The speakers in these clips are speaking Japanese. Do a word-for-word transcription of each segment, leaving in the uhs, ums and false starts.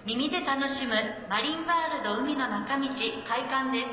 耳で楽しむマリンワールド海の中道開館です。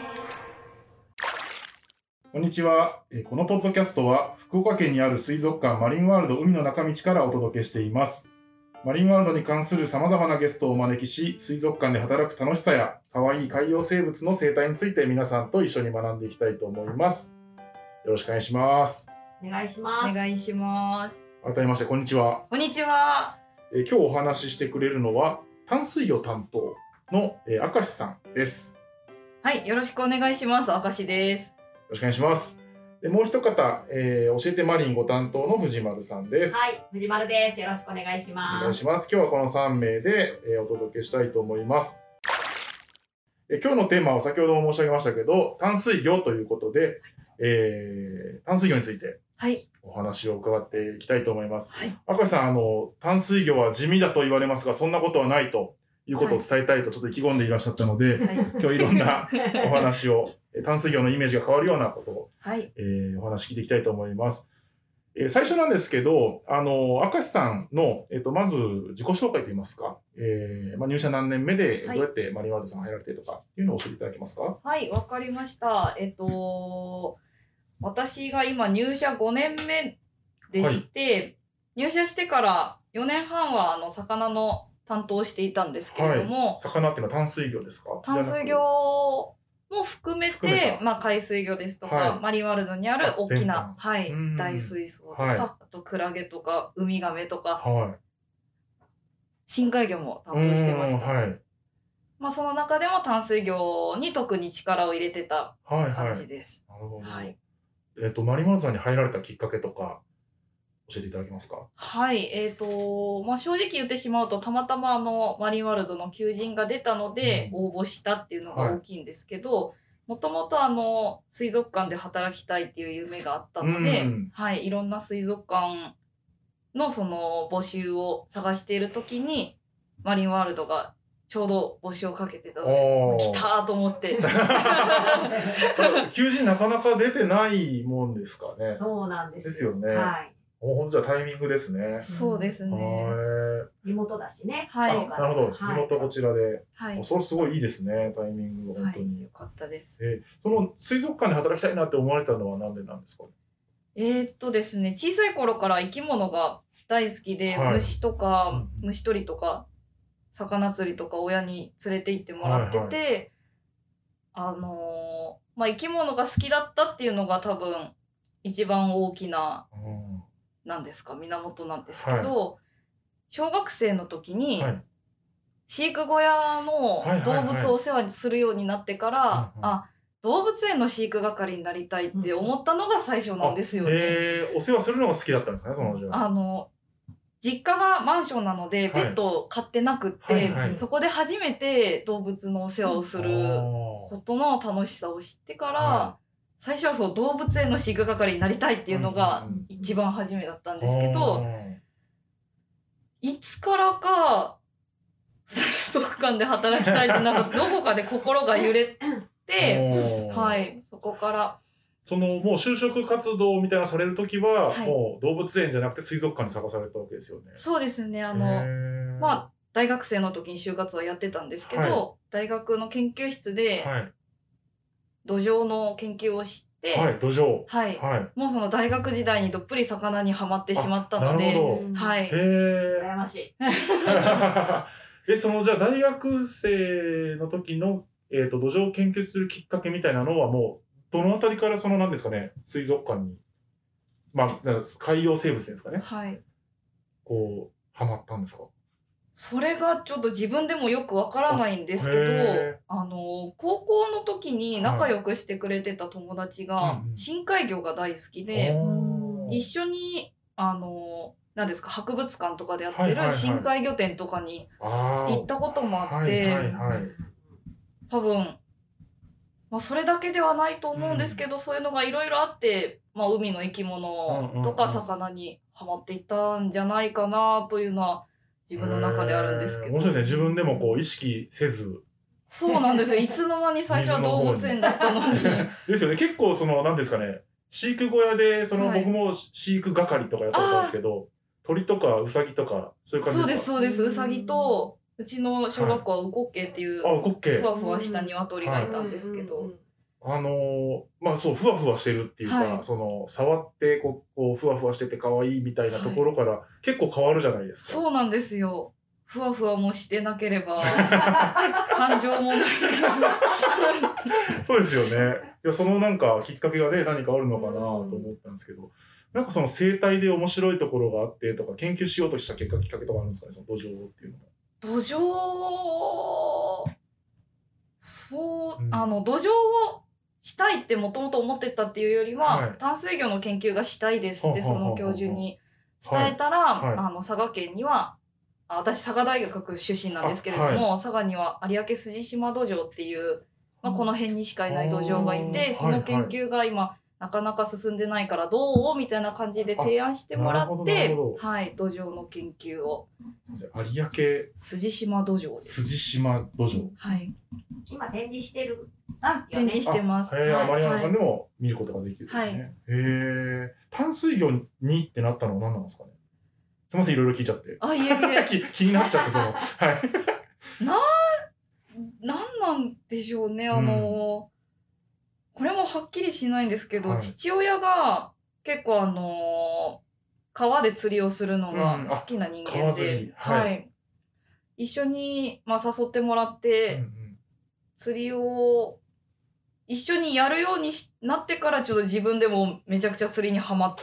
こんにちは。このポッドキャストは福岡県にある水族館マリンワールド海の中道からお届けしています。マリンワールドに関する様々なゲストをお招きし、水族館で働く楽しさや可愛い海洋生物の生態について皆さんと一緒に学んでいきたいと思います。よろしくお願いします。 お願いします。 お願いします。 改めましてこんにちは。 こんにちは。 え今日お話ししてくれるのは淡水魚担当の、えー、明石さんです。 はい、よろしくお願いします。明石です。 よろしくお願いします。でもう一方、えー、教えてマリンご担当の藤丸さんです。 はい、藤丸です。よろしくお願いします。 お願いします。今日はこのさん名で、えー、お届けしたいと思います。え今日のテーマは先ほども申し上げましたけど、淡水魚ということで、えー、淡水魚についてお話を伺っていきたいと思います。 はい、 明石さん、あの淡水魚は地味だと言われますが、そんなことはないということを伝えたいとちょっと意気込んでいらっしゃったので、はい、今日いろんなお話を淡水魚のイメージが変わるようなことを、はいえー、お話聞いていきたいと思います。えー、最初なんですけど、あの明石さんの、えー、とまず自己紹介といいますか、えーまあ、入社何年目でどうやってマリンワールドさん入られてとかいうのを教えていただけますか？ はい、わかりました。えっと私が今入社ごねんめでして、はい、入社してからよねんはんはあの魚の担当していたんですけれども、 はい、魚っていうのは淡水魚ですか？ 淡水魚も含めて、まあ、海水魚ですとか、はい、マリンワールドにある大きな、はい、大水槽とか、はい、あとクラゲとかウミガメとか、はい、深海魚も担当してました。はい、まあ、その中でも淡水魚に特に力を入れてた感じです。 はいはい、なるほど。はい、えっと、マリンワールドさんに入られたきっかけとか教えていただけますか？ はい、えっと、まあ、正直言ってしまうと、たまたまあのマリンワールドの求人が出たので、応募したっていうのが大きいんですけど、もともとあの水族館で働きたいっていう夢があったので、うん、はい、いろんな水族館のその募集を探しているときに、マリンワールドがちょうど募集をかけてたので、来たーと思って。 求人なかなか出てないもんですかね。 そうなんです。 ですよね。 はい。 ほんとじゃタイミングですね。 そうですね。 地元だしね。 はい。 なるほど。地元こちらで。はい。それすごいいいですね。タイミングが本当に。 はい、よかったです。 えー、その水族館で働きたいなって思われたのはなんでなんですか？ えー、っとですね、小さい頃から生き物が大好きで、はい、虫とか、うん、虫取りとか、魚釣りとか親に連れて行ってもらってて、はいはい、あのー、まあ、生き物が好きだったっていうのが多分一番大きな、うんなんですか源なんですけど、はい、小学生の時に、はい、飼育小屋の動物をお世話するようになってから、はいはいはい、あ動物園の飼育係になりたいって思ったのが最初なんですよね。 へー、お世話するのが好きだったんですかね、その時は。 あの実家がマンションなのでペットを飼ってなくって、はいはいはい、そこで初めて動物のお世話をすることの楽しさを知ってから、はい最初はそう動物園の飼育係になりたいっていうのが一番初めだったんですけど、うんうん、いつからか水族館で働きたいってなんかどこかで心が揺れてはいそこからそのもう就職活動みたいなされる時は、はい、もう動物園じゃなくて水族館に探されたわけですよね。 そうですねあのまあ大学生の時に就活はやってたんですけど、はい、大学の研究室で、はい土壌の研究をして、 はい、土壌。 はい。はい、もうその大学時代にどっぷり魚にはまってしまったので。 なるほど。 はい。 へー。 羨ましい。 え、その、じゃあ大学生の時の、えっと、土壌を研究するきっかけみたいなのはもう、どのあたりからその、なんですかね、水族館に、まあ、海洋生物ですかね。 はい。 こう、はまったんですか？ それがちょっと自分でもよくわからないんですけど、あ、あの高校の時に仲良くしてくれてた友達が深海魚が大好きで、うん、一緒にあの何ですか博物館とかでやってる深海魚展とかに行ったこともあって、多分、まあ、それだけではないと思うんですけど、うん、そういうのがいろいろあって、まあ、海の生き物とか魚にハマっていったんじゃないかなというのは自分の中であるんですけど。 面白いですね。自分でもこう意識せず。 そうなんですよ。いつの間に最初は動物園だったのに。 ですよね。結構その何ですかね。飼育小屋でその、はい、僕も飼育係とかやったことあるんですけど、鳥とかウサギとかそういう感じですか？ そうですそうです。ウサギとうちの小学校はウコッケっていう、 あ、ウコッケ。 ふわふわした鶏がいたんですけど。 あのー、まあそう、ふわふわしてるっていうか、はい、その、触ってこう、こう、ふわふわしてて可愛いみたいなところから、結構変わるじゃないですか。 そうなんですよ。ふわふわもしてなければ、感情もない。 そうですよね。いや、そのなんか、きっかけがね、何かあるのかなと思ったんですけど、なんかその生態で面白いところがあってとか、研究しようとした結果、きっかけとかあるんですかね、その土壌っていうのも。 土壌、そう、うん、あの、土壌をしたいってもともと思ってたっていうよりは、はい、淡水魚の研究がしたいですって、その教授に伝えたら、はいはい、あの、佐賀県には、私、佐賀大学出身なんですけれども、はい、佐賀には有明筋島土壌っていう、まあ、この辺にしかいない土壌がいて、その研究が今、はいはい、なかなか進んでないからどうみたいな感じで提案してもらって、はい、土壌の研究を。 すみません、有明筋島土壌です。 筋島土壌。 はい。今展示してる。 あ、展示してます。 へえ、マリアナさんでも見ることができるんですね。はい、へえ、淡水魚にってなったのは何なんですかね。すみません、いろいろ聞いちゃって。 あ、いえいえ。 気, 気になっちゃって、その。はい。 な、なんなんでしょうね、あの、うんこれもはっきりしないんですけど、はい、父親が結構あのー、川で釣りをするのが好きな人間で、うん、はい、はい。一緒に、まあ、誘ってもらって、うんうん、釣りを一緒にやるようになってからちょっと自分でもめちゃくちゃ釣りにはまって、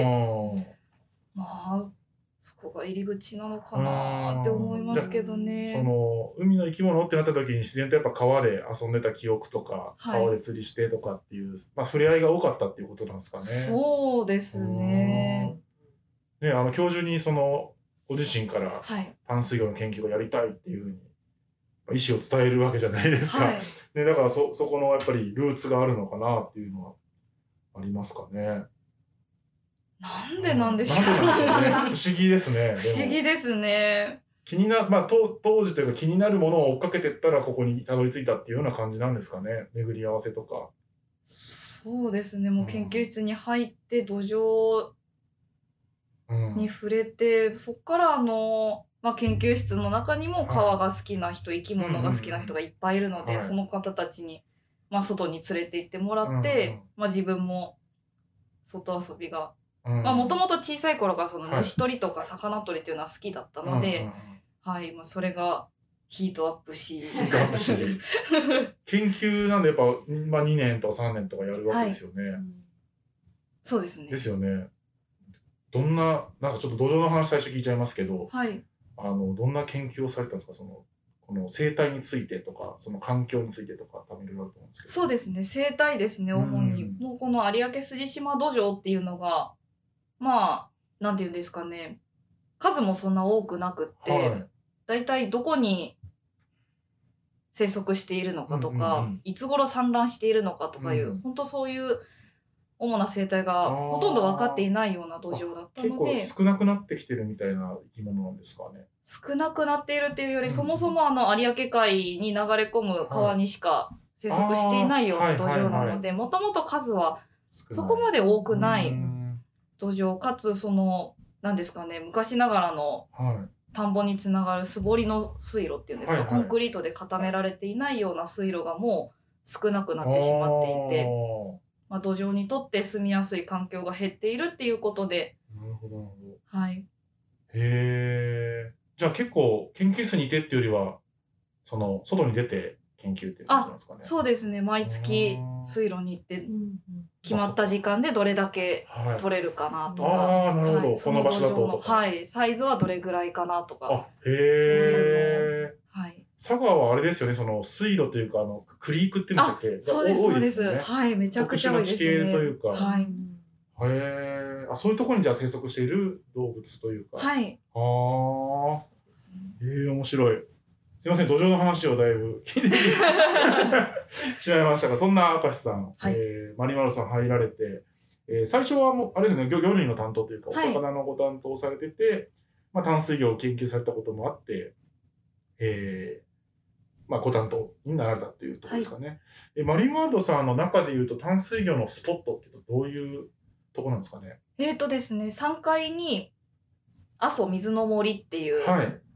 まあ、そこが入り口なのかなって思いますけどね。 その海の生き物ってなった時に自然とやっぱ川で遊んでた記憶とか、はい、川で釣りしてとかっていう、まあ、触れ合いが多かったっていうことなんですかね。 そうですね。 ね、あの教授にそのご自身から淡水魚の研究をやりたいっていうふうに意思を伝えるわけじゃないですか。はい、ね、だからそそこのやっぱりルーツがあるのかなっていうのはありますかね。 なんでなんでしょう。 なんでなんでしょうね。不思議ですね。 不思議ですね。 気にな、まあ、当時というか気になるものを追っかけていったらここにたどり着いたっていうような感じなんですかね。巡り合わせとか。 そうですね。もう研究室に入って土壌に触れて、うん、そっからあの、まあ、研究室の中にも川が好きな人、はい、生き物が好きな人がいっぱいいるので、うんうん、その方たちに、まあ、外に連れて行ってもらって、うんうん、まあ、自分も外遊びがもともと小さい頃からその虫取りとか魚取りっていうのは好きだったので、はい、はい、まあ、それがヒートアップし。ヒートアップし。 研究なんでやっぱ、まあ、にねんとかさんねんとかやるわけですよね。はい、 そうですね。 ですよね。どんな、なんかちょっと土壌の話最初聞いちゃいますけど、はい、あの、どんな研究をされたんですか、その、この生態についてとか、その環境についてとか、多分いろいろあると思うんですけど。 そうですね、生態ですね、主に。うん、もうこの有明筋島土壌っていうのが、まあ、なんていうんですかね。数もそんな多くなくって、はい、だいたいどこに生息しているのかとか、うんうんうん、いつ頃産卵しているのかとかいう、うん、本当そういう主な生態がほとんど分かっていないような土壌だったので。 結構少なくなってきてるみたいな生き物なんですかね。 少なくなっているっていうより、うん、そもそもあの有明海に流れ込む川にしか生息していないような土壌なので、もともと数はそこまで多くない。土壌かつその何ですかね、昔ながらの田んぼにつながる素掘りの水路っていうんですか、はいはい、コンクリートで固められていないような水路がもう少なくなってしまっていて、まあ、土壌にとって住みやすい環境が減っているっていうことで。 なるほどなるほど。はい。 へえ。じゃあ結構研究室にいてっていうよりはその外に出て研究っていう感じなんですかね。 そうですね。毎月水路に行って決まった時間でどれだけ取れるかなとか。 ああ、なるほど。はい、この場所だととか。 はい。サイズはどれぐらいかなとか。 あ、へえ。 はい。 佐賀はあれですよね。その水路というかあのクリークっていうんでしたっけ？ そうですそうです。はい。めちゃくちゃ多いですね。 特殊な地形というか。 はい。 へえ。あ、そういうところにじゃあ生息している動物というか。 はい。 ああ。ええ、面白い。すいません、土壌の話をだいぶ聞いてしまいましたが、そんな明石さん、はい、えー、マリマルさん入られて、えー、最初はもう、あれですね、魚類の担当というか、お魚のご担当されてて、はい、まあ、淡水魚を研究されたこともあって、えー、まあ、ご担当になられたっていうところですかね。はい、えマリンワールドさんの中でいうと、淡水魚のスポットっていうと、どういうところなんですかね。 えーとですね、さんがいに、阿蘇水の森っていう、はい、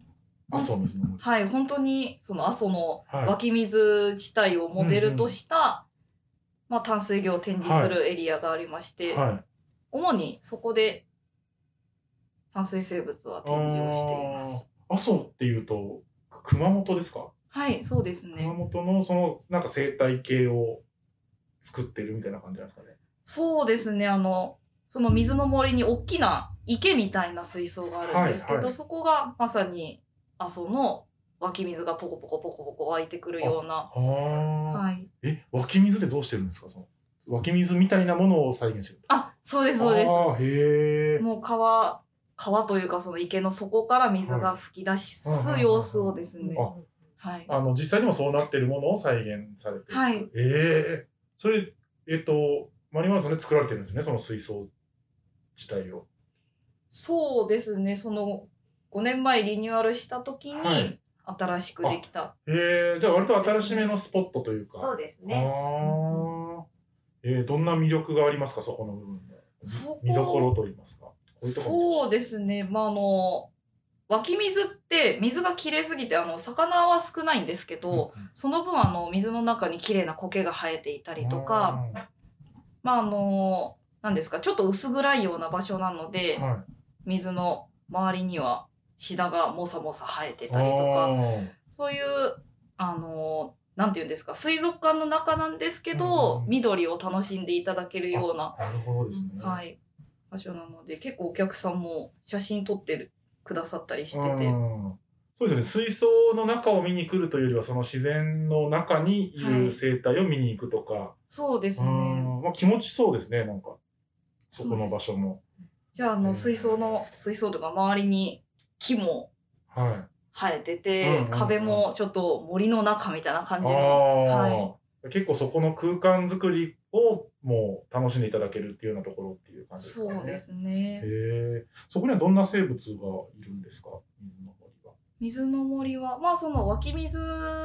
阿蘇水の森。 はい、本当にその阿蘇の湧き水地帯をモデルとした、はい、まあ、淡水魚を展示するエリアがありまして、はいはい、主にそこで淡水生物は展示をしています。 阿蘇っていうと熊本ですか？ はい、そうですね。 熊本のそのなんか生態系を作ってるみたいな感じなんですかね。 そうですね。あのその水の森に大きな池みたいな水槽があるんですけど、はいはい、そこがまさに阿蘇の湧き水がポコポコポコポコ湧いてくるような。はい。 え、湧き水ってどうしてるんですか？その湧き水みたいなものを再現してる。 あ、そうですそうです。 あ、へえ。 もう川川というかその池の底から水が噴き出す様子をですね。はい。 あの実際にもそうなってるものを再現されてる。はい。ええー。それえっとマリマルさんで作られてるんですね、その水槽自体を。 そうですね。そのごねんまえリニューアルした時に新しくできた。はい、 ええー、じゃあ割と新しめのスポットというか。 そうですね。 ああ。えー、どんな魅力がありますか、そこの部分で。見どころと言いますか。こういうところそうですね。まああの湧き水って水がきれいすぎてあの魚は少ないんですけど、うんうん、その分あの水の中にきれいな苔が生えていたりとか、まああの何ですか、ちょっと薄暗いような場所なので、はい、水の周りにはシダがもさもさ生えてたりとか、そういうあのなんていうんですか、水族館の中なんですけど、うん、緑を楽しんでいただけるような、 なるほどですね、 はい、場所なので結構お客さんも写真撮ってるくださったりしてて、 そうですね、水槽の中を見に来るというよりはその自然の中にいる生態を見に行くとか、はい、 そうですね、 まあ、気持ちそうですね、なんかそこの場所も。 じゃああの水槽の水槽とか周りに木も生えてて、はい、壁もちょっと森の中みたいな感じの、はい、 結構そこの空間作りをもう楽しんでいただけるっていうようなところっていう感じですかね。 そうですね。 へ、そこにはどんな生物がいるんですか、水の森は。 水の森はまあその湧き水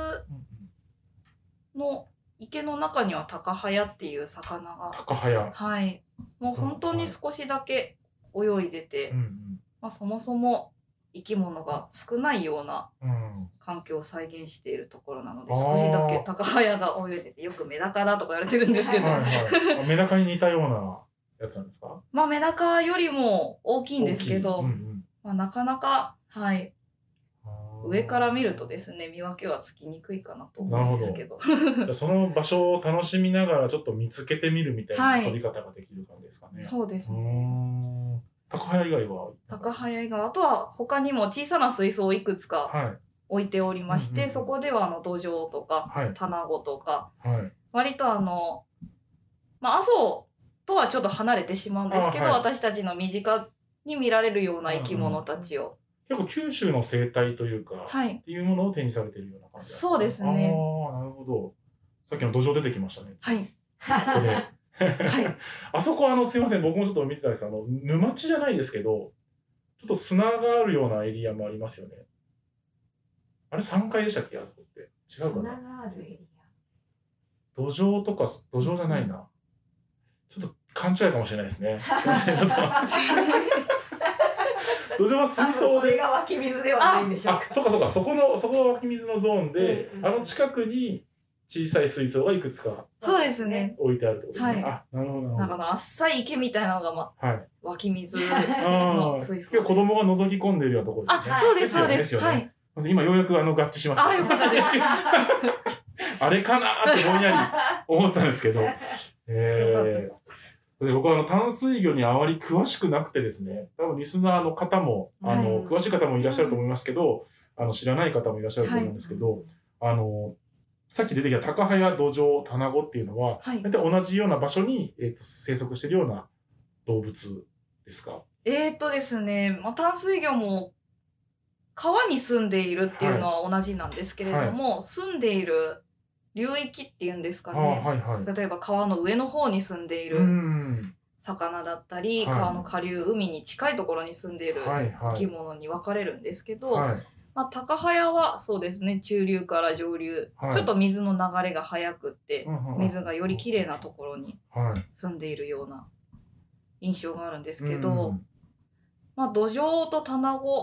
の池の中にはタカハヤっていう魚が、 タカハヤ、 はい、もう本当に少しだけ泳いでて、うんうん、まあ、そもそも生き物が少ないような環境を再現しているところなので、うん、少しだけタカハヤが泳いでて、よくメダカだとか言われてるんですけど、はい、 はい、メダカに似たようなやつなんですか？ まあメダカよりも大きいんですけど、うんうん、まあ、なかなか、はい、上から見るとですね、見分けはつきにくいかなと思うんですけど。 その場所を楽しみながらちょっと見つけてみるみたいな遊び方ができる感じですかね。はい、 そうですね。 タカハヤ以外は？ タカハヤ以外、あとは他にも小さな水槽をいくつか置いておりまして、はい、うんうん、そこではあの土壌とか、はい、卵とか、はい、割とあの、まあ、阿蘇とはちょっと離れてしまうんですけど、はい、私たちの身近に見られるような生き物たちを。 結構九州の生態というか、はい、っていうものを展示されているような感じですか？ そうですね。 ああ、なるほど。さっきの土壌出てきましたね。 はい。 ここで。はい、あそこはあのすいません、僕もちょっと見てたんです。あの沼地じゃないですけど、ちょっと砂があるようなエリアもありますよね。あれさんかいでしたっけ、あそこって。違うかな。 砂があるエリア。土壌とか土壌じゃないな。うん、ちょっと勘違いかもしれないですね。すいません。土壌は水槽で。 それが湧き水ではないんでしょうか。 あ、そうかそうか、そこのそこが湧き水のゾーンで、うんうん、あの近くに。小さい水槽がいくつかそうですね置いてあるってことですね。 はい、 あ、なるほどなるほど。 なんかの浅い池みたいなのが、まはい、湧き水の水槽。 子供が覗き込んでいるようなところですね。 あ、そうですそうです。 ですよね。はい、今ようやくあの合致しました。 あ、よかったです。 あれかなーってぼんやり思ったんですけど、えー、で僕はあの淡水魚にあまり詳しくなくてですね、多分リスナーの方もあの、はい、詳しい方もいらっしゃると思いますけど、あの知らない方もいらっしゃると思うんですけど、はい、あのさっき出てきたタカハヤ、土壌、タナゴっていうのは、はい、大体同じような場所に、えー、と生息しているような動物ですか？ えーとですね、まあ、淡水魚も川に住んでいるっていうのは同じなんですけれども、はいはい、住んでいる流域っていうんですかね、はいはい、例えば川の上の方に住んでいる魚だったり、はい、川の下流、海に近いところに住んでいる生き物に分かれるんですけど、はいはい、まあ、タカハヤはそうですね、中流から上流、はい、ちょっと水の流れが速くって、うんうん、水がよりきれいなところに住んでいるような印象があるんですけど、うん、まあ、土壌とタナゴ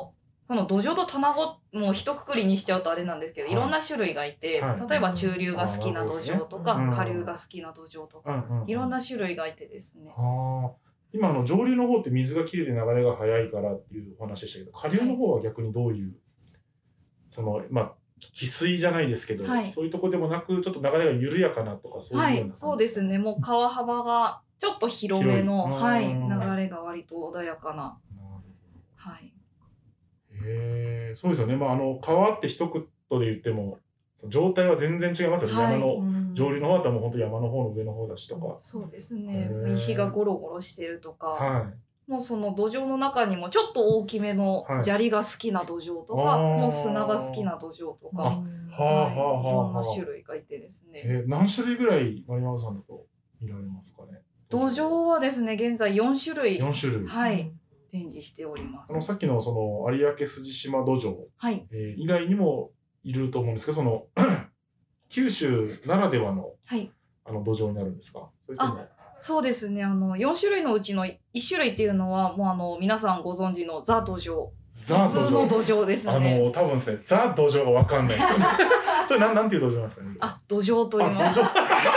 この土壌と棚子もう一括りにしちゃうとあれなんですけど、はい、いろんな種類がいて、はい、例えば中流が好きな土壌とか、うん、下流が好きな土壌とか、うん、いろんな種類がいてですね。 はあ、今あの上流の方って水がきれいで流れが速いからっていうお話でしたけど、下流の方は逆にどういう、はい、そのまあ汽水じゃないですけど、はい、そういうとこでもなくちょっと流れが緩やかなとかそういうような感じですか？ はい、そうですね。もう川幅がちょっと広めの、はい、流れが割と穏やかな。はい。 へえ、そうですよね。まあ、あの川って一言で言ってもその状態は全然違いますよね、はい、山の上流の方だったらもう本当山の方の上の方だしとか。 そうですね。石がゴロゴロしてるとか、 はい、 もうその土壌の中にもちょっと大きめの砂利が好きな土壌とか、はい、もう砂が好きな土壌とか、はい、いろんな種類がいてですね。 えー、何種類ぐらいマリマルさんだと見られますかね？ 土壌はですね、現在よん種類。 よん種類。 はい。展示しております。 あのさっきのその有明筋島土壌、 はい、 えー、以外にもいると思うんですけど、その九州ならではの、はい、あの土壌になるんですか？それとも？ そうですね。あのよん種類のうちのいち種類っていうのはもうあの皆さんご存知のザ土壌。 ザ土壌。 普通の土壌ですね。 あの多分ですね、ザ土壌がわかんないですよね。それなんなんていう土壌なんですかね？ あ、土壌というの。 あ、土壌。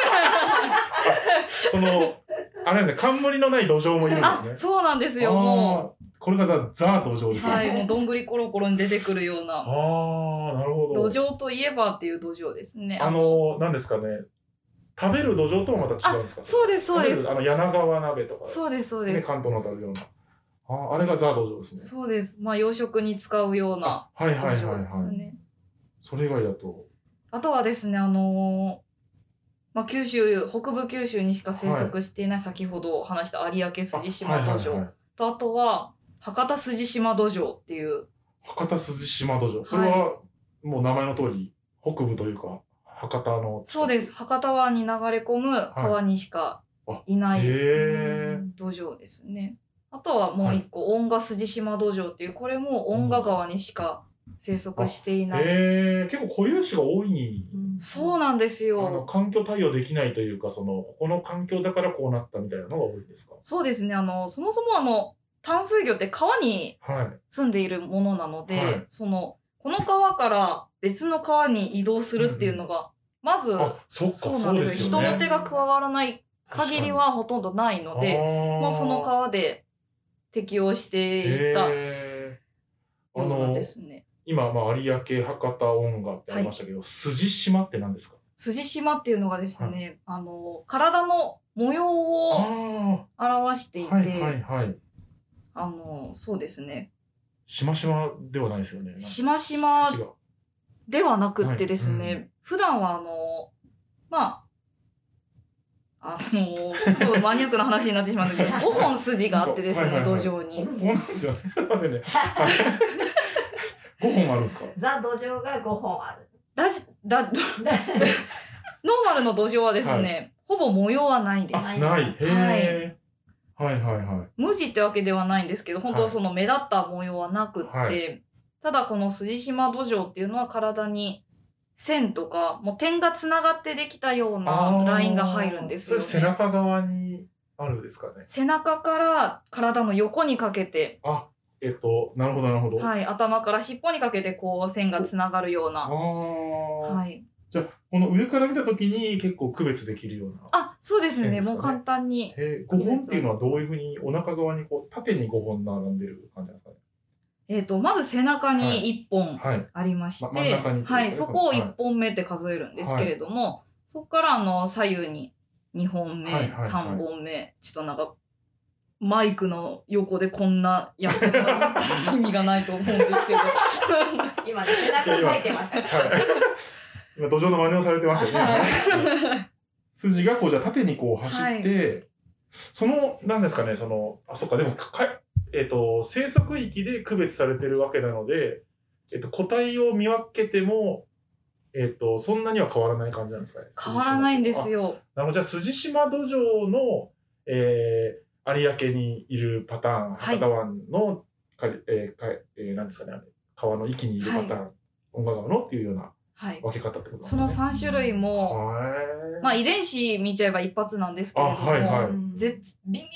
そのあれですね、冠のない土壌もいるんですね。 あ、そうなんですよ。もうこれがザザ土壌ですね。 はい、もうどんぐりコロコロに出てくるような。 ああ、なるほど。 土壌といえばっていう土壌ですね。 あのなんですかね。食べる土壌ともまた違うんですか？ そうですそうです。 あの柳川鍋とか。 そうですそうです。 ね、関東のあるような。あ、あれがザ土壌ですね。 そうです。まあ養殖に使うような土壌ですね。はいはいはいはい。 それ以外だと。あとはですね、あのー。まあ、九州、北部九州にしか生息していない、はい、先ほど話した有明筋島土壌、はいはいはい、とあとは博多筋島土壌っていう博多筋島土壌、これはもう名前の通り北部というか博多の。 そうです。博多湾に流れ込む川にしかいない、はい、土壌ですね。あとはもう一個、はい、恩賀筋島土壌っていう、これも恩賀川にしか生息していない。 へー、結構固有種が多い。 そうなんですよ。 あの環境対応できないというか、そのここの環境だからこうなったみたいなのが多いんですか？ そうですね。あのそもそもあの淡水魚って川に住んでいるものなので、はい、そのこの川から別の川に移動するっていうのが、うん、まず、 あ、そっか、そうですよね。 人の手が加わらない限りはほとんどないので、もうその川で適応していったようなんですね。 今、まあ、有明、博多、恩賀ってありましたけど、はい、筋島って何ですか？ 筋島っていうのがですね、はい、あの体の模様を表していて、はいはいはい、あのそうですね。 しましまではないですよね。 しましまではなくってですね、はい、うん、普段はあのまああのすごいマニアックな話になってしまうんですけど、ごほん筋があってですね、はいはいはい、土壌に。 そうなんですよね。すいませんね。ごほんあるんですか？ ザ土壌がごほんある。 だし、だ、ノーマルの土壌はですね、はい、ほぼ模様はないです。 あ、ない。へー。はい、はいはいはい。 無地ってわけではないんですけど、本当はその目立った模様はなくって、はい、ただこの筋島土壌っていうのは体に線とか、もう点がつながってできたようなラインが入るんですよね。 それ背中側にあるんですかね？ 背中から体の横にかけて。 あ、えっと、なるほどなるほど。 はい、頭から尻尾にかけてこう線がつながるような。あ、 はい。じゃあこの上から見たときに結構区別できるような、ね。 あ、そうですね。もう簡単に。 えー、ごほんっていうのはどういうふうにお腹側にこう縦にごほん並んでる感じなんですかね？ えっとまず背中にいっぽんありまして、はいはい、ま、真ん中に、はい、そこをいっぽんめって数えるんですけれども、はい、そこからあの左右ににほんめ、はいはいはい、さんぼんめ、ちょっとなんか。マイクの横でこんなやってたら意味がないと思うんですけど今ね、背中書いてましたね。はい、 今土壌の真似をされてましたよね。筋がこうじゃ縦にこう走って、はい、その何ですかね、そのあそっかでもかえっ、ー、と生息域で区別されてるわけなので、えっ、ー、と個体を見分けてもえっ、ー、とそんなには変わらない感じなんですかね？ 変わらないんですよ。 なのでじゃあ筋島土壌のえー有明にいるパターン、博多湾の、はい、えーかえー、なんですかね、川の域にいるパターン、恩賀川のっていうような分け方ってことですね。 そのさん種類も、まあ遺伝子見ちゃえば一発なんですけれども、はいはい、絶微妙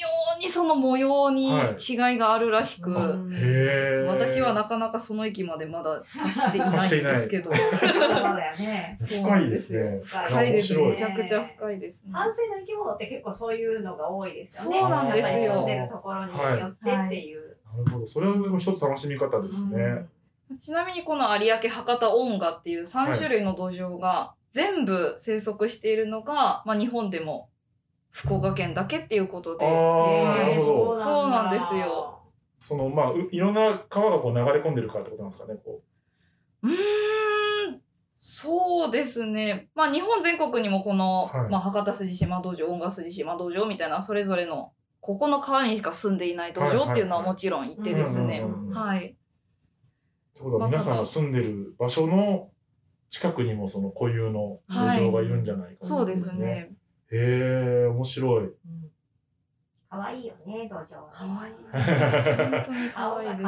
にその模様に違いがあるらしく、 はい、へ私はなかなかその域までまだ達していないんですけど。 深いですね。 深いですね。めちゃくちゃ深いですね。 淡水の生き物って結構そういうのが多いですよね。 そうなんですよ。 住んでるところによってっていう。 はい、なるほど。それは一つ楽しみ方ですね。 うん、ちなみにこの有明博多音河っていうさん種類の土壌が全部生息しているのが、まあ日本でも福岡県だけっていうことで。 ああ、なるほど。 そうなんですよ。 その、まあ、いろんな川がこう流れ込んでるからってことなんですかね、こう。うーん、そうですね。まあ、日本全国にもこの、はい、まあ、博多筋島道場、音賀筋島道場みたいな、それぞれの、ここの川にしか住んでいない道場っていうのはもちろんいてですね。はい。 ってことは、皆さんが住んでる場所の近くにもその固有の土壌がいるんじゃないか、ね、はい、 そうですね。 へえ、面白い。 かわいいよね、土壌は。 かわいいですね。本当にかわいいです。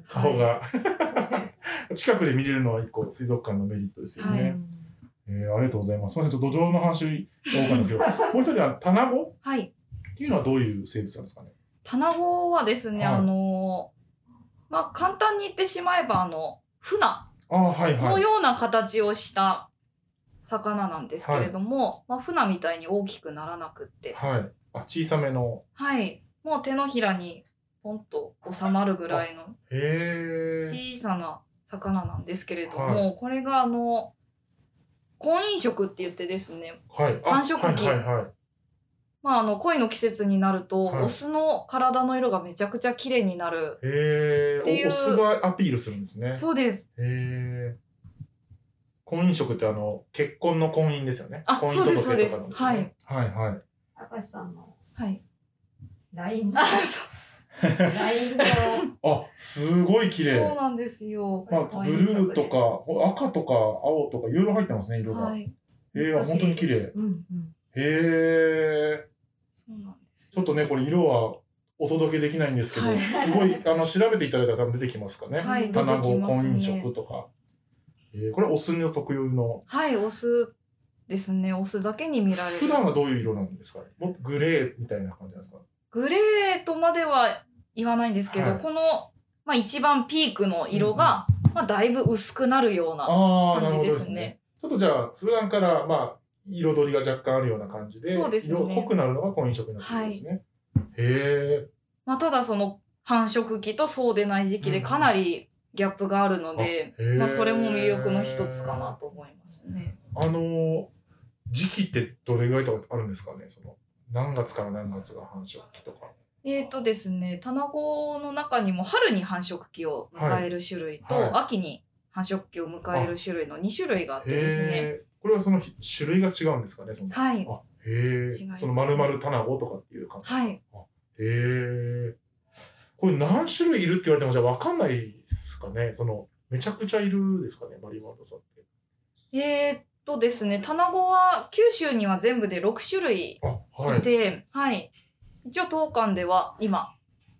顔が。近くで見れるのは一個水族館のメリットですよね。はい、えー、ありがとうございます。すみません、ちょっと土壌の話が多かったんですけど、もう一人はタナゴっていうのはどういう生物なんですかね。 タナゴはですね、はい、あの、まあ、簡単に言ってしまえば、あの、フナのような形をした魚なんですけれども、はい、まあ、フナみたいに大きくならなくって。 はい。あ、小さめの。 はい。もう手のひらにポンと収まるぐらいの小さな魚なんですけれども、はい、これがあの、婚姻色って言ってですね、 はい、 繁殖期。 はいはいはい、 まあ、あの、恋の季節になると、はい、オスの体の色がめちゃくちゃ綺麗になるっていう。 へー。オスがアピールするんですね。 そうです。 へー。婚姻色ってあの、結婚の婚姻ですよね。 あ、 婚姻届とかなんですね。 はい。 はいはい。 明石さんの。 はい。 ラインの。ラインの。 あ、すごい綺麗。 そうなんですよ。 まあ、ブルーとか、赤とか青とかいろいろ入ってますね、色が。はい。へー、本当に綺麗。 うんうん。 へー。 そうなんです。 ちょっとね、これ色はお届けできないんですけど、はい、すごい、あの、調べていただいたら多分出てきますかね。 はい、 卵、婚姻色とか。えー、これオスの特有の。 はい、オスですね。オスだけに見られる。 普段はどういう色なんですかね。もグレーみたいな感じなんですか。 グレーとまでは言わないんですけど、はい、この、まあ、一番ピークの色が、うんうん、まあ、だいぶ薄くなるような感じですね。 ちょっとじゃあ、普段から、まあ、彩りが若干あるような感じで、 そうですね、 色が濃くなるのが婚姻色になってるんですね。はい、へー。 まあ、ただその繁殖期とそうでない時期でかなりギャップがあるので、うん、まあ、それも魅力の一つかなと思いますね。 あのー、時期ってどれぐらいとかあるんですかね。その何月から何月が繁殖期とか。 えーとですね、タナゴの中にも春に繁殖期を迎える種類と、はいはい、秋に繁殖期を迎える種類のに種類があってですね。 これはその種類が違うんですかね。そのはい。 あへー。その丸々タナゴとかっていう感じ。 はい。 あへー。これ何種類いるって言われてもじゃあ分かんないですかね。そのめちゃくちゃいるですかね、マリバードさんって。 えーとですね、タナゴは九州には全部でろく種類いて、はい、はい。一応当館では今、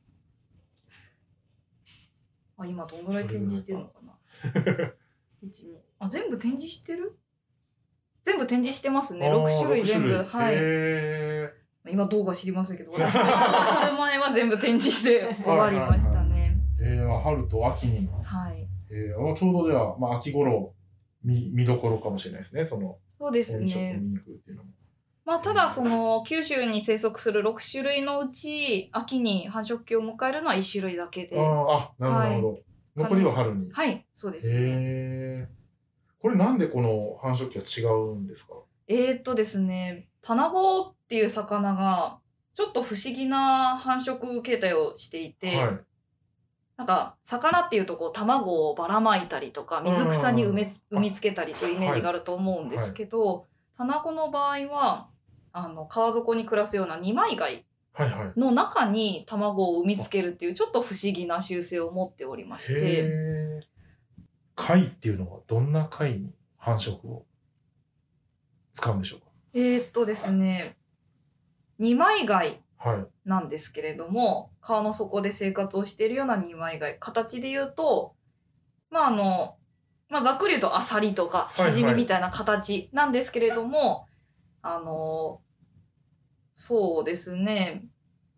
あ、今どんぐらい展示してるのかな。いち、に、あ、全部展示してる？全部展示してますね。ろく種類全部。はい。へー。今どうか知りませんけど、私がする前は全部展示して終わりましたね。 はいはいはい、えー、春と秋に。 はい。 えー、ちょうどじゃあ、まあ秋頃見、見どころかもしれないですね、その。 そうですね。 見に行くっていうのも。 まあ、ただ、その、九州に生息するろく種類のうち、秋に繁殖期を迎えるのはいち種類だけで。 ああ、なるほど、なるほど。残りは春に。 はい、そうですね。 へー。これなんでこの繁殖期は違うんですか？ えーっとですね、タナゴっていう魚が、ちょっと不思議な繁殖形態をしていて、はい、なんか、魚っていうとこう、卵をばらまいたりとか、水草に埋め、産みつけたりというイメージがあると思うんですけど、はいはい、タナゴの場合は、あの、川底に暮らすような二枚貝の中に卵を産みつけるっていうちょっと不思議な習性を持っておりまして。 へー。貝っていうのはどんな貝に繁殖を使うんでしょうか？ えー、っとですね、二枚貝なんですけれども、はい、川の底で生活をしているような二枚貝。形で言うと、まああの、まあざっくり言うとアサリとかシジミみたいな形なんですけれども、はいはい、あの、そうですね。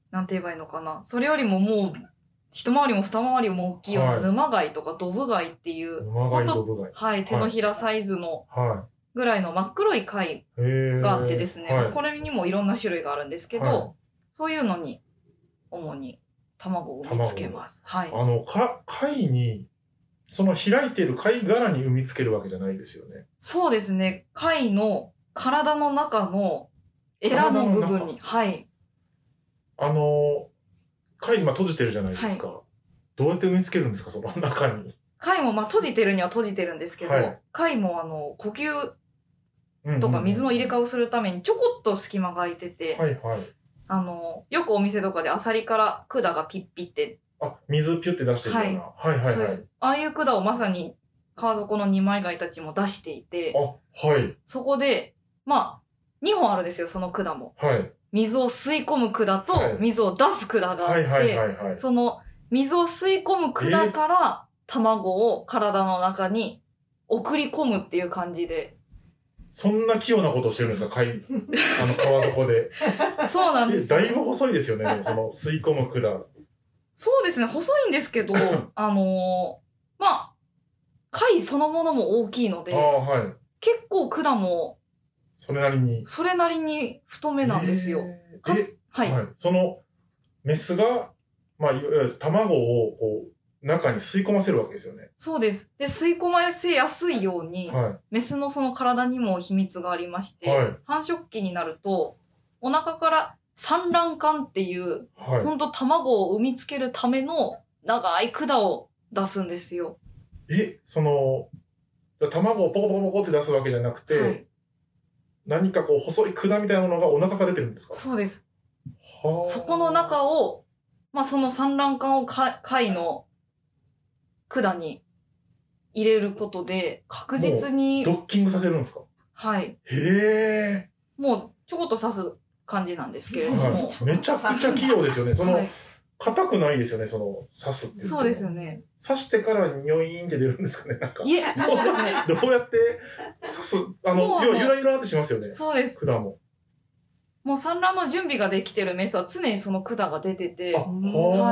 なんて言えばいいのかな。それよりももう、一回りも二回りも大きいような沼貝とかドブ貝っていう、 沼貝ドブ貝。 はい、手のひらサイズのぐらいの真っ黒い貝があってですね、はい、これにもいろんな種類があるんですけど、はい、そういうのに主に卵を産みつけます。はい。 あの、か、貝に、その開いている貝殻に産みつけるわけじゃないですよね。 そうですね。貝の体の中のエラの部分に。はい。 あの、貝今閉じてるじゃないですか。はい、どうやって産みつけるんですか、その中に。 貝もまあ閉じてるには閉じてるんですけど、はい、貝もあの、呼吸とか水の入れ替えをするためにちょこっと隙間が空いてて、 はいはい。 あの、よくお店とかでアサリから管がピッピって。 あ、水ピュって出してるような。はい、はい、はいはい。 ああいう管をまさに川底の二枚貝たちも出していて、 あ、はい。 そこで、まあ、にほんあるんですよ、その管も。 はい。 水を吸い込む管と水を出す管があって、はいはいはいはい、その水を吸い込む管から卵を体の中に送り込むっていう感じで。 そんな器用なことをしてるんですか、海、あの川底で。 そうなんです。 だいぶ細いですよね、その吸い込む管。 そうですね、細いんですけど、あのー、まあ、貝そのものも大きいので、 あ、はい、 結構管も、 それなりに。 それなりに太めなんですよ。 えー、え、はい、はい。その、メスが、まあ、いわゆる卵を、こう、中に吸い込ませるわけですよね。 そうです。で、吸い込ませやすいように、はい、メスのその体にも秘密がありまして、はい、繁殖期になると、お腹から産卵管っていう、はい、ほんと卵を産みつけるための長い管を出すんですよ。 え、その、卵をポコポコポコって出すわけじゃなくて、はい、何かこう細い管みたいなものがお腹から出てるんですか？ そうです。はあ。そこの中を、まあその産卵管をか貝の管に入れることで確実に。 ドッキングさせるんですか？ はい。 へえ。 もうちょこっと刺す感じなんですけれども。はい、 めちゃくちゃ器用ですよね。その、はい硬くないですよね、その、刺すっていう。 そうですよね。 刺してからニョイーンって出るんですかね、なんか。 いや、そうですね。 どうやって刺す、あの、要はゆらゆらってしますよね。 そうです。 管も。 もう産卵の準備ができてるメスは常にその管が出てて。はい。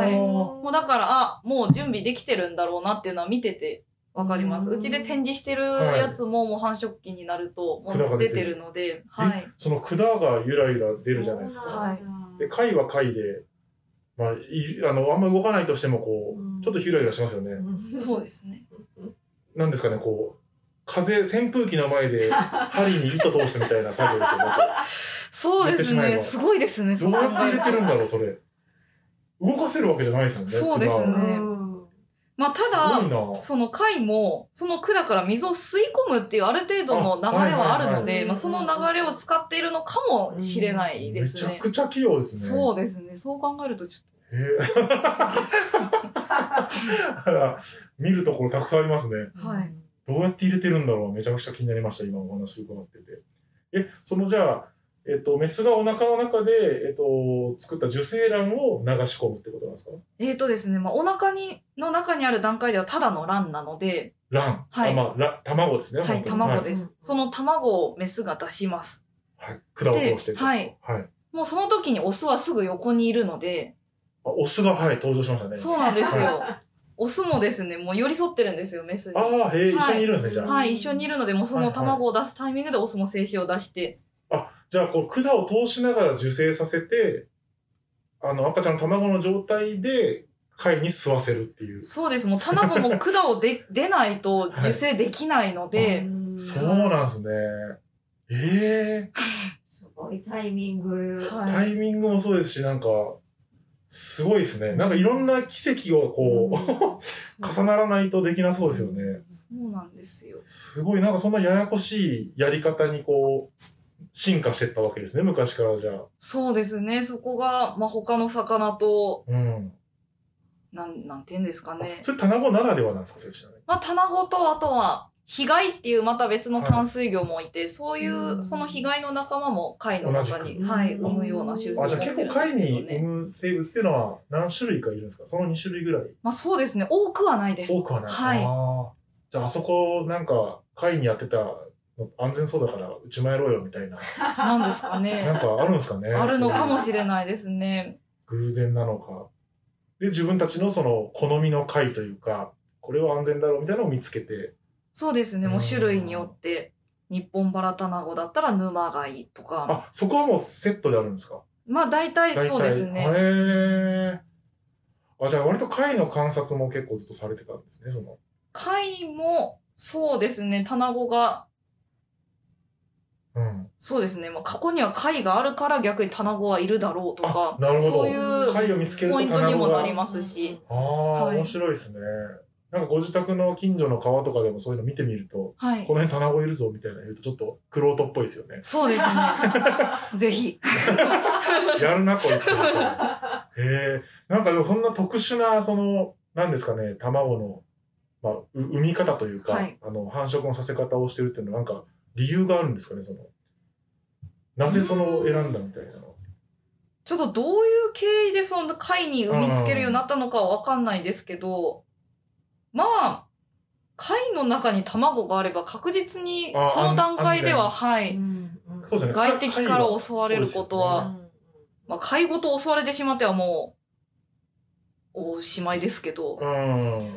もうだから、あ、もう準備できてるんだろうなっていうのは見ててわかります。うちで展示してるやつももう繁殖期になると、もう出てるので。はい。 その管がゆらゆら出るじゃないですか。はい。で、貝は貝で、まあ、い、あの、あんま動かないとしても、こう、うん、ちょっとひらひらしますよね。 そうですね。 なんですかね、こう、風、扇風機の前で針に糸通すみたいな作業ですよね。 そうですね。すごいですね。 どうやって入れてるんだろう、それ。動かせるわけじゃないですよね。 そうですね。まあ、ただ、その貝も、その管から水を吸い込むっていうある程度の流れはあるので、まあ、その流れを使っているのかもしれないですね。 めちゃくちゃ器用ですね。 そうですね。そう考えるとちょっと。 へえ。あら、見るところたくさんありますね。 はい。 どうやって入れてるんだろうめちゃくちゃ気になりました、今お話伺ってて。え、そのじゃあ、えっと、メスがお腹の中で、えっと、作った受精卵を流し込むってことなんですか？ えっとですね、まあ、お腹に、の中にある段階ではただの卵なので。 卵？はい。あ、まあ、ら卵ですね。 はい、卵です、はい。その卵をメスが出します。 はい。管を通してるんですか？はい。はい。 もうその時にオスはすぐ横にいるので。 あ、オスが、はい、登場しましたね。 そうなんですよ。はい、オスもですね、もう寄り添ってるんですよ、メスに。 ああ、へえ、はい、一緒にいるんですね、じゃあ。 はい、一緒にいるので、もうその卵を出すタイミングでオスも精子を出して。 あ、じゃあ、こう、管を通しながら受精させて、あの、赤ちゃんの卵の状態で、貝に吸わせるっていう。 そうです。もう卵も管をで出ないと受精できないので。はい、 そうなんですね。ええー。 すごいタイミング。 タイミングもそうですし、なんか、すごいですね。なんかいろんな奇跡をこう、うん、重ならないとできなそうですよね。 そうなんですよ。 すごい、なんかそんなややこしいやり方にこう、進化していったわけですね、昔からじゃあ。 そうですね。そこが、まあ、他の魚と、 うん。 なん、なんて言うんですかね。 それ卵ならではなんですか、それ知らない。 まあ、卵と、あとは、被害っていうまた別の淡水魚もいて、はい、そういう、その被害の仲間も貝の中に、はい、産むような習性を持ってるんですよね。あ、じゃあ結構貝に産む生物っていうのは何種類かいるんですか？そのに種類ぐらい。まあそうですね。多くはないです。 多くはない。 はい。 あじゃああそこなんか貝にやってた安全そうだからうちまえろよみたいな。 なんですかね。 なんかあるんですかね。 あるのかもしれないですね。 偶然なのか。で、自分たちのその好みの貝というか、これは安全だろうみたいなのを見つけて。 そうですね。もう種類によって、日本バラ卵だったら沼貝とか。 あ、そこはもうセットであるんですか？ まあ大体そうですね。 へー。あ、じゃあ割と貝の観察も結構ずっとされてたんですね、その。 貝も、そうですね、卵が、 うん、 そうですね、まあ、過去には貝があるから逆に卵はいるだろうとか、 なるほど、 そういう貝を見つけるとポイントにもなりますし。 ああ、 はい、 面白いですね。なんかご自宅の近所の川とかでもそういうの見てみると、 はい、 この辺卵いるぞみたいな言うとちょっと玄人っぽいですよね。 そうですね。ぜひ。 やるな、こいつ。へえ。なんかでもそんな特殊な、その、なんですかね、卵の、まあ、産み方というか、はい、あの、繁殖のさせ方をしてるっていうのはなんか理由があるんですかね、その。なぜその選んだみたいなの。 ちょっとどういう経緯でその貝に産みつけるようになったのかはわかんないですけど、まあ、貝の中に卵があれば確実にその段階では、はい、うんうん、そうですね、外敵から襲われることは、ね、まあ、貝ごと襲われてしまってはもう、おしまいですけど。 うん。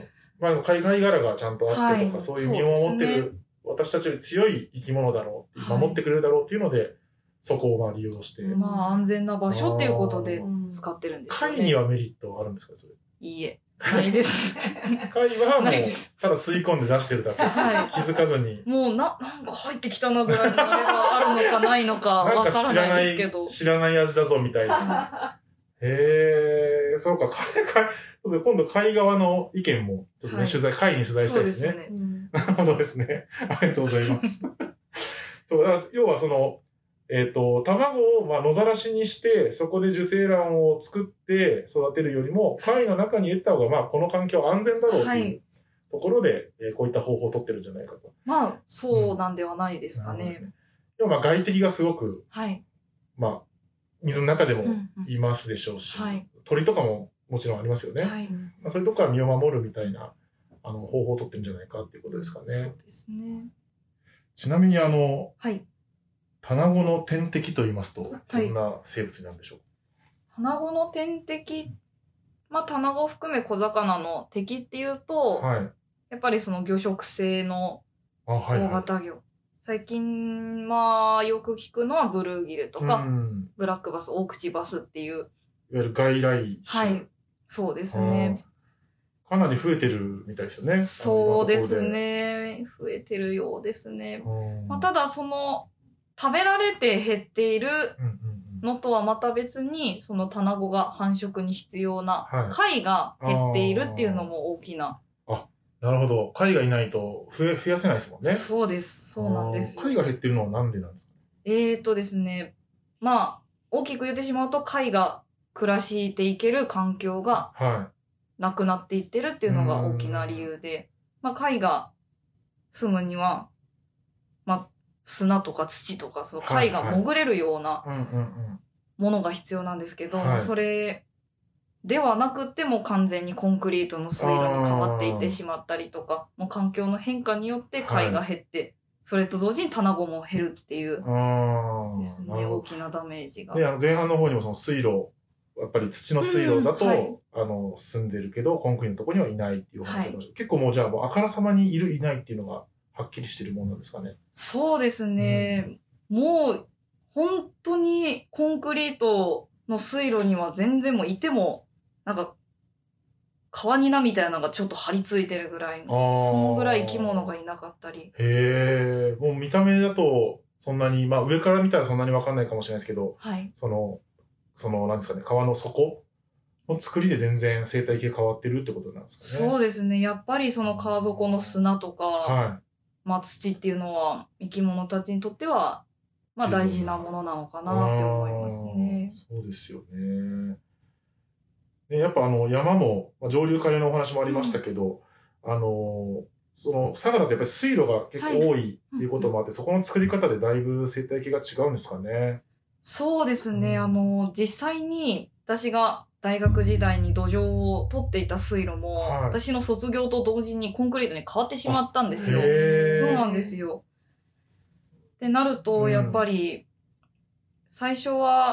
まあ、貝殻がちゃんとあってとか、はい、そういう身を守ってる、ね、私たちより強い生き物だろう、はい、守ってくれるだろうっていうので、そこをまあ利用して。 まあ、安全な場所っていうことで使ってるんですよね。 貝にはメリットあるんですか、それ。 いいえ。ないです。 貝はもう、ただ吸い込んで出してるだけ。はい、気づかずに。 もうな、なんか入ってきたなぐらいのあれがあるのかないのかわからないですけど。 知らない味だぞみたいな。へえ、そうか、貝、貝、今度貝側の意見も、ちょっとね、はい、取材、貝に取材したいですね。そうですね。なるほどですね。ありがとうございます。そう、要はその、えっと、卵をまあ野ざらしにして、そこで受精卵を作って育てるよりも、貝の中に入れた方が、まあ、この環境安全だろうというところで、はい、えー、こういった方法を取ってるんじゃないかと。 まあ、そうなんではないですかね。うん、ね、 要はまあ、外敵がすごく、 はい、 まあ、水の中でもいますでしょうし、うんうん、はい、鳥とかももちろんありますよね。はい、まあ、そういうとこから身を守るみたいな、あの、方法を取ってるんじゃないかっていうことですかね。 そうですね。 ちなみにあの、 はい。 卵の天敵と言いますと、どんな生物なんでしょう？ はい、卵の天敵、まあ、卵を含め小魚の敵っていうと、はい、やっぱりその魚食性の大型魚。はいはい、最近、まあ、よく聞くのはブルーギルとか、うん、ブラックバス、大口バスっていう。いわゆる外来種。 はい。そうですね。 かなり増えてるみたいですよね。 そうですね。増えてるようですね。まあ、ただ、その、食べられて減っているのとはまた別に、その卵が繁殖に必要な貝が減っているっていうのも大きな。 あ、なるほど。貝がいないと増え、増やせないですもんね。 そうです。そうなんです。 貝が減ってるのはなんでなんですか？ えーとですね。まあ、大きく言ってしまうと貝が暮らしていける環境がなくなっていってるっていうのが大きな理由で、まあ貝が住むには、まあ、砂とか土とか、その貝が潜れるようなものが必要なんですけど、はいはい、それではなくても完全にコンクリートの水路に変わっていってしまったりとか、もう環境の変化によって貝が減って、はい、それと同時に卵も減るっていうですね、大きなダメージが。 で、あの前半の方にもその水路、やっぱり土の水路だと、うんはい、あの、住んでるけど、コンクリのところにはいないっていうお話がありました。はい、結構もうじゃあもうあからさまにいるいないっていうのが、はっきりしてるものなんですかね。 そうですね。うん、もう、本当にコンクリートの水路には全然もういても、なんか、川になみたいなのがちょっと張り付いてるぐらいの、そのぐらい生き物がいなかったり。 へー。もう見た目だと、そんなに、まあ上から見たらそんなにわかんないかもしれないですけど、はい。その、その、なんですかね、川の底の作りで全然生態系変わってるってことなんですかね。 そうですね。やっぱりその川底の砂とか、はい。まあ土っていうのは生き物たちにとっては、まあ大事なものなのかなって思いますね。 そうですよね。でやっぱあの山も、まあ、上流下流のお話もありましたけど、うん、あの、その佐賀だとやっぱり水路が結構多いっていうこともあって、はい、そこの作り方でだいぶ生態系が違うんですかね。 そうですね。うん、あの、実際に私が大学時代に土壌を取っていた水路も、はい、私の卒業と同時にコンクリートに変わってしまったんですよ。そうなんですよ。ってなると、やっぱり、最初は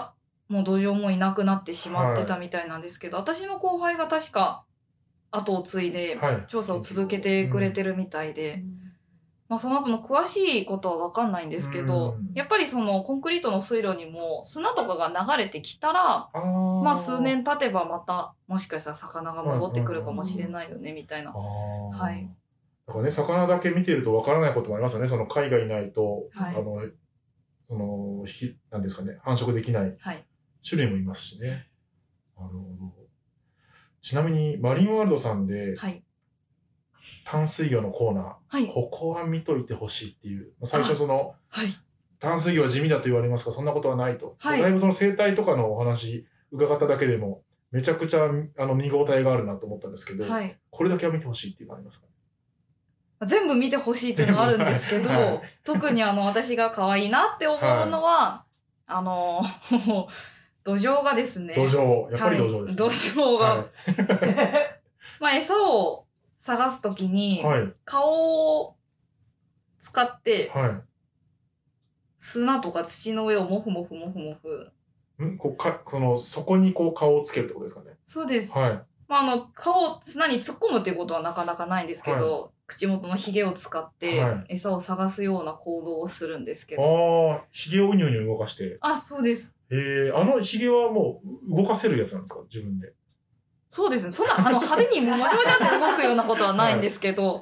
もう土壌もいなくなってしまってたみたいなんですけど、はい、私の後輩が確か後を継いで調査を続けてくれてるみたいで、はいうん、まあその後の詳しいことはわかんないんですけど、うん、やっぱりそのコンクリートの水路にも砂とかが流れてきたら、あまあ数年経てばまたもしかしたら魚が戻ってくるかもしれないよねみたいな。はい。 だからね、魚だけ見てるとわからないこともありますよね。その貝がいないと、はい、あの、その、ひ、なんですかね、繁殖できない種類もいますしね。はい、なるほど。ちなみに、マリンワールドさんで、はい、淡水魚のコーナー、はい、ここは見といてほしいっていう、最初その、はい、淡水魚は地味だと言われますが、そんなことはないと。はい、だいぶその生態とかのお話伺っただけでも、めちゃくちゃあの見応えがあるなと思ったんですけど、はい、これだけは見てほしいっていうのありますかね？ 全部見てほしいっていうのがあるんですけど、はい、特にあの、私が可愛いなって思うのは、はい、あの、土壌がですね。 土壌。やっぱり土壌ですね。 はい、土壌が。はい、まあ、餌を探すときに、はい、顔を使って、はい、砂とか土の上をもふもふもふもふ。 んこうか、この、そこにこう顔をつけるってことですかね？ そうです。はい。まあ、あの、顔を砂に突っ込むっていうことはなかなかないんですけど、はい、口元のヒゲを使って、餌を探すような行動をするんですけど。 はい、ああ、ヒゲをうにゅうにゅ動かして。 あ、そうです。 ええー、あのヒゲはもう動かせるやつなんですか？自分で。 そうですね。そんな、あの、派手にもじゃもじゃって動くようなことはないんですけど。はい、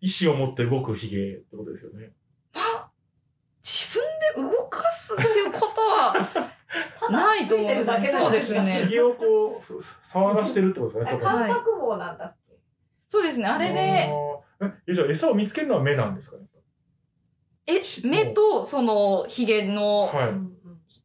意志を持って動くヒゲってことですよね。 まあ、自分で動かすっていうことは、ないと思うんですね。そうですね。 ヒゲをこう、触らしてるってことですかね、そこに。感覚棒なんだっけ？ そうですね、あれで。 え、じゃあ餌を見つけるのは目なんですかね？ え、目と、その、ヒゲの、はい、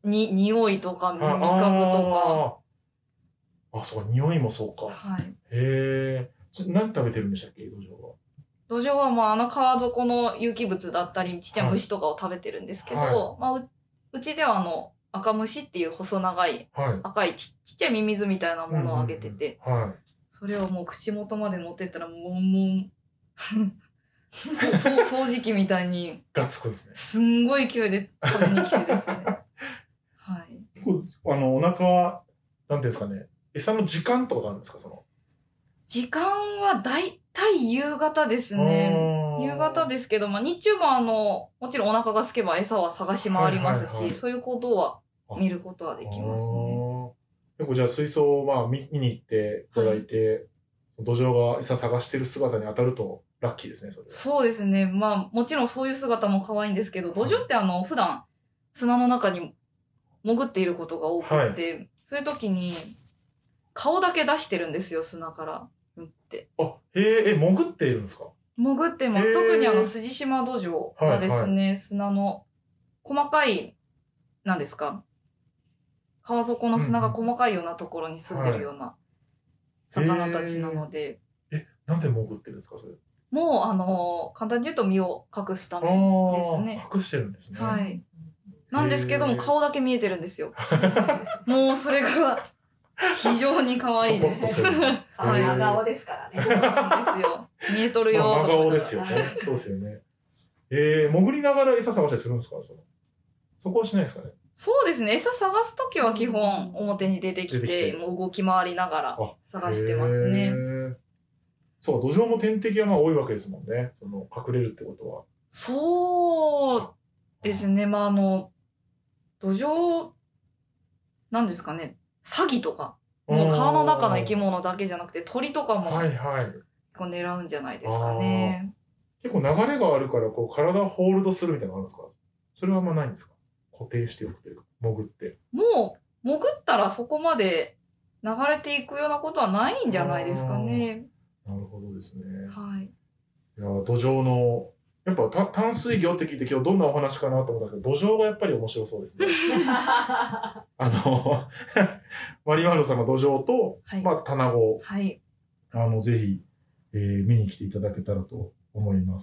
に、匂いとか、味覚とか。 ああ、そうか、匂いもそうか。はい。へえ。何食べてるんでしたっけ、土壌は。 土壌は、まあ、あの川底の有機物だったり、ちっちゃい虫とかを食べてるんですけど、はい、まあう、うちではあの、赤虫っていう細長い、はい、赤いちちっちゃいミミズみたいなものをあげてて、うんうんうんはい、それをもう口元まで持ってったら、もんもん。そう、そう、掃除機みたいに。 がっつくですね。 すんごい勢いで食べに来てですね。はい。 結構、あの、お腹は、なんていうんですかね、餌の時間とかがあるんですか、その。 時間はだいたい夕方ですね。夕方ですけど、まあ日中もあの、もちろんお腹が空けば餌は探し回りますし、はいはいはい、そういうことは見ることはできますね。 結構じゃあ水槽をまあ見に行っていただいて、はい、土壌が餌探してる姿に当たるとラッキーですね、それ。 そうですね。まあもちろんそういう姿も可愛いんですけど、土壌ってあの、普段砂の中に潜っていることが多くて、はい、そういう時に顔だけ出してるんですよ、砂から。うんって。 あ、へえ、え、潜っているんですか？ 潜ってます。特にあの、筋島土壌はですね、はいはい、砂の細かい、なんですか、川底の砂が細かいようなところに住んでるような魚たちなので。 はい、え、なんで潜ってるんですか、それ？ もう、あの、簡単に言うと身を隠すためですね。 隠してるんですね。 はい。なんですけども、顔だけ見えてるんですよ。もう、それが、非常に可愛いですね。 はい。真顔ですからね。 そうなんですよ。見えとるよとか。 真顔ですよね。そうですよね。えー、潜りながら餌探したりするんですか？そのそこはしないですかね？ そうですね。餌探すときは基本表に出てきて、てもう動き回りながら探してますね。 そうか、土壌も天敵がまあ多いわけですもんね。その隠れるってことは。 そうですね。まあ、あの、土壌、なんですかね。サギとか、もう川の中の生き物だけじゃなくて鳥とかも、はいはい。こう狙うんじゃないですかね。 結構流れがあるから、こう体をホールドするみたいなのあるんですか？それはあんまないんですか？固定しておくというか、潜って。 もう、潜ったらそこまで流れていくようなことはないんじゃないですかね。 なるほどですね。 はい。 いや、土壌の、やっぱ淡水魚って聞いて今日どんなお話かなと思ったんですけど、土壌がやっぱり面白そうですね。あの、マリーワールドさんの土壌と、はい、まあ、棚子、はい、あの、ぜひ、えー、見に来ていただけたらと思います。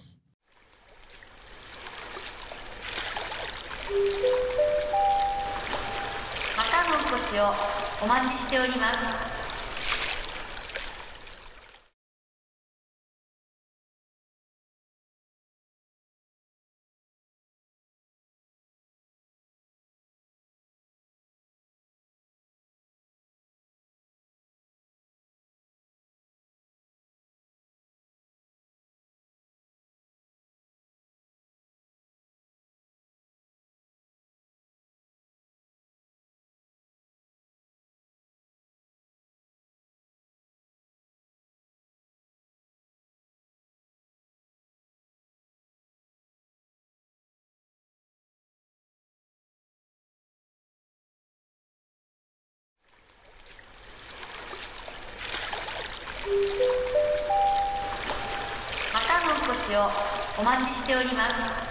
またのお越しをお待ちしております。 をお待ちしております。